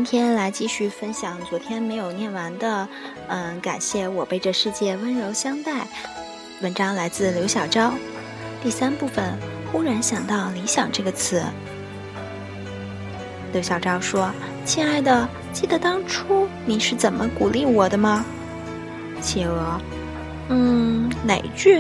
天来继续分享昨天没有念完的，感谢我被这世界温柔相待。文章来自刘小昭。第3部分，忽然想到理想这个词。刘小昭说：亲爱的，记得当初你是怎么鼓励我的吗？企鹅：哪一句？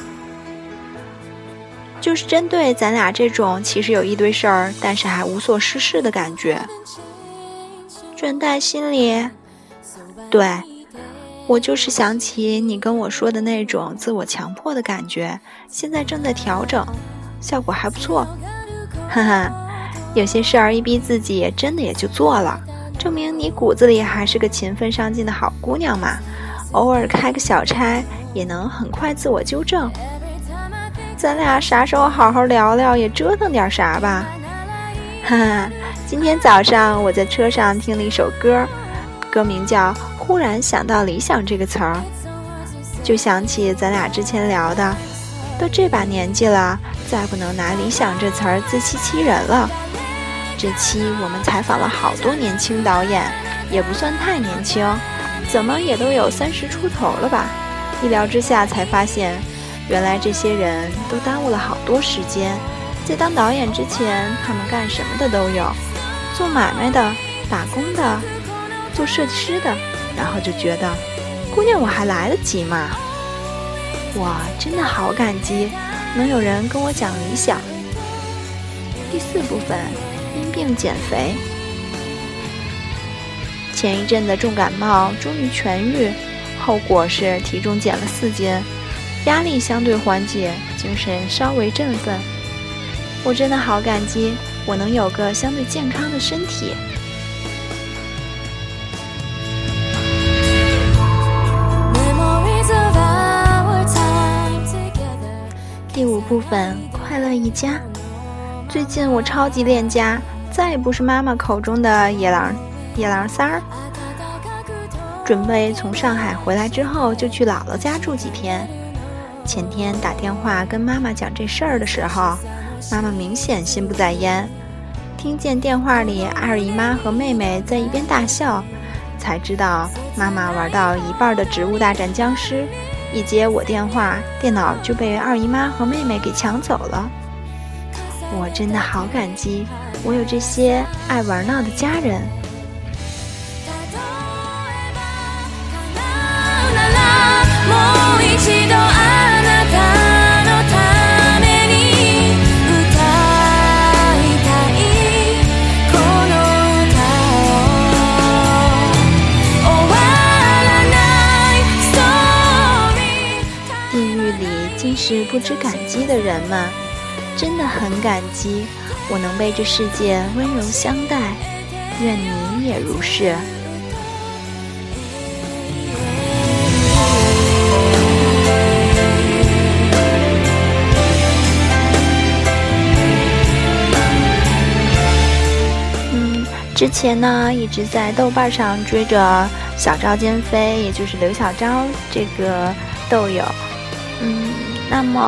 就是针对咱俩这种其实有一堆事儿，但是还无所事事的感觉。卷在心里，对，我就是想起你跟我说的那种自我强迫的感觉，现在正在调整，效果还不错。哈哈，有些事儿一逼自己真的也就做了，证明你骨子里还是个勤奋上进的好姑娘嘛，偶尔开个小差也能很快自我纠正。咱俩啥时候好好聊聊，也折腾点啥吧。哈哈，今天早上我在车上听了一首歌，歌名叫《忽然想到理想》这个词儿，就想起咱俩之前聊的，都这把年纪了，再不能拿理想这词儿自欺欺人了。这期我们采访了好多年轻导演，也不算太年轻，怎么也都有30出头了吧。一聊之下才发现，原来这些人都耽误了好多时间。在当导演之前，他们干什么的都有，做买卖的，打工的，做设计师的，然后就觉得姑娘我还来得及吗？我真的好感激能有人跟我讲理想。第4部分，因病减肥。前一阵的重感冒终于痊愈，后果是体重减了4斤，压力相对缓解，精神稍微振奋。我真的好感激我能有个相对健康的身体。第5部分，快乐一家。最近我超级恋家，再也不是妈妈口中的野狼三儿。准备从上海回来之后就去姥姥家住几天。前天打电话跟妈妈讲这事儿的时候，妈妈明显心不在焉，听见电话里二姨妈和妹妹在一边大笑，才知道妈妈玩到一半的植物大战僵尸，一接我电话，电脑就被二姨妈和妹妹给抢走了。我真的好感激我有这些爱玩闹的家人。是不知感激的人们，真的很感激我能被这世界温柔相待，愿你也如是。之前呢一直在豆瓣上追着小昭兼飞，也就是刘小昭这个豆友，那么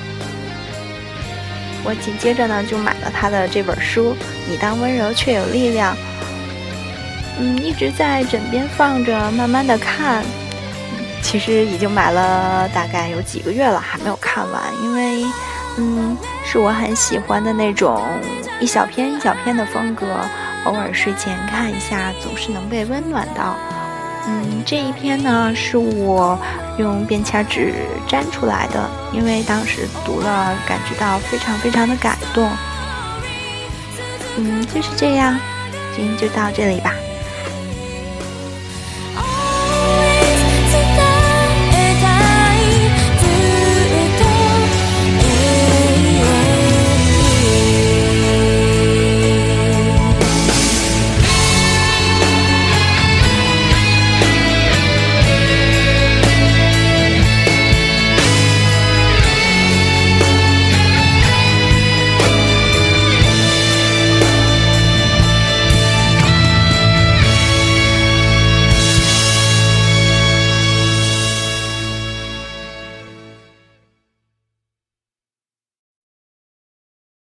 我紧接着呢就买了他的这本书《你当温柔却有力量》，一直在枕边放着，慢慢的看。其实已经买了大概有几个月了，还没有看完，因为是我很喜欢的那种一小篇一小篇的风格，偶尔睡前看一下，总是能被温暖到。这一篇呢是我用便签纸粘出来的，因为当时读了感觉到非常非常的感动。就是这样，今天就到这里吧。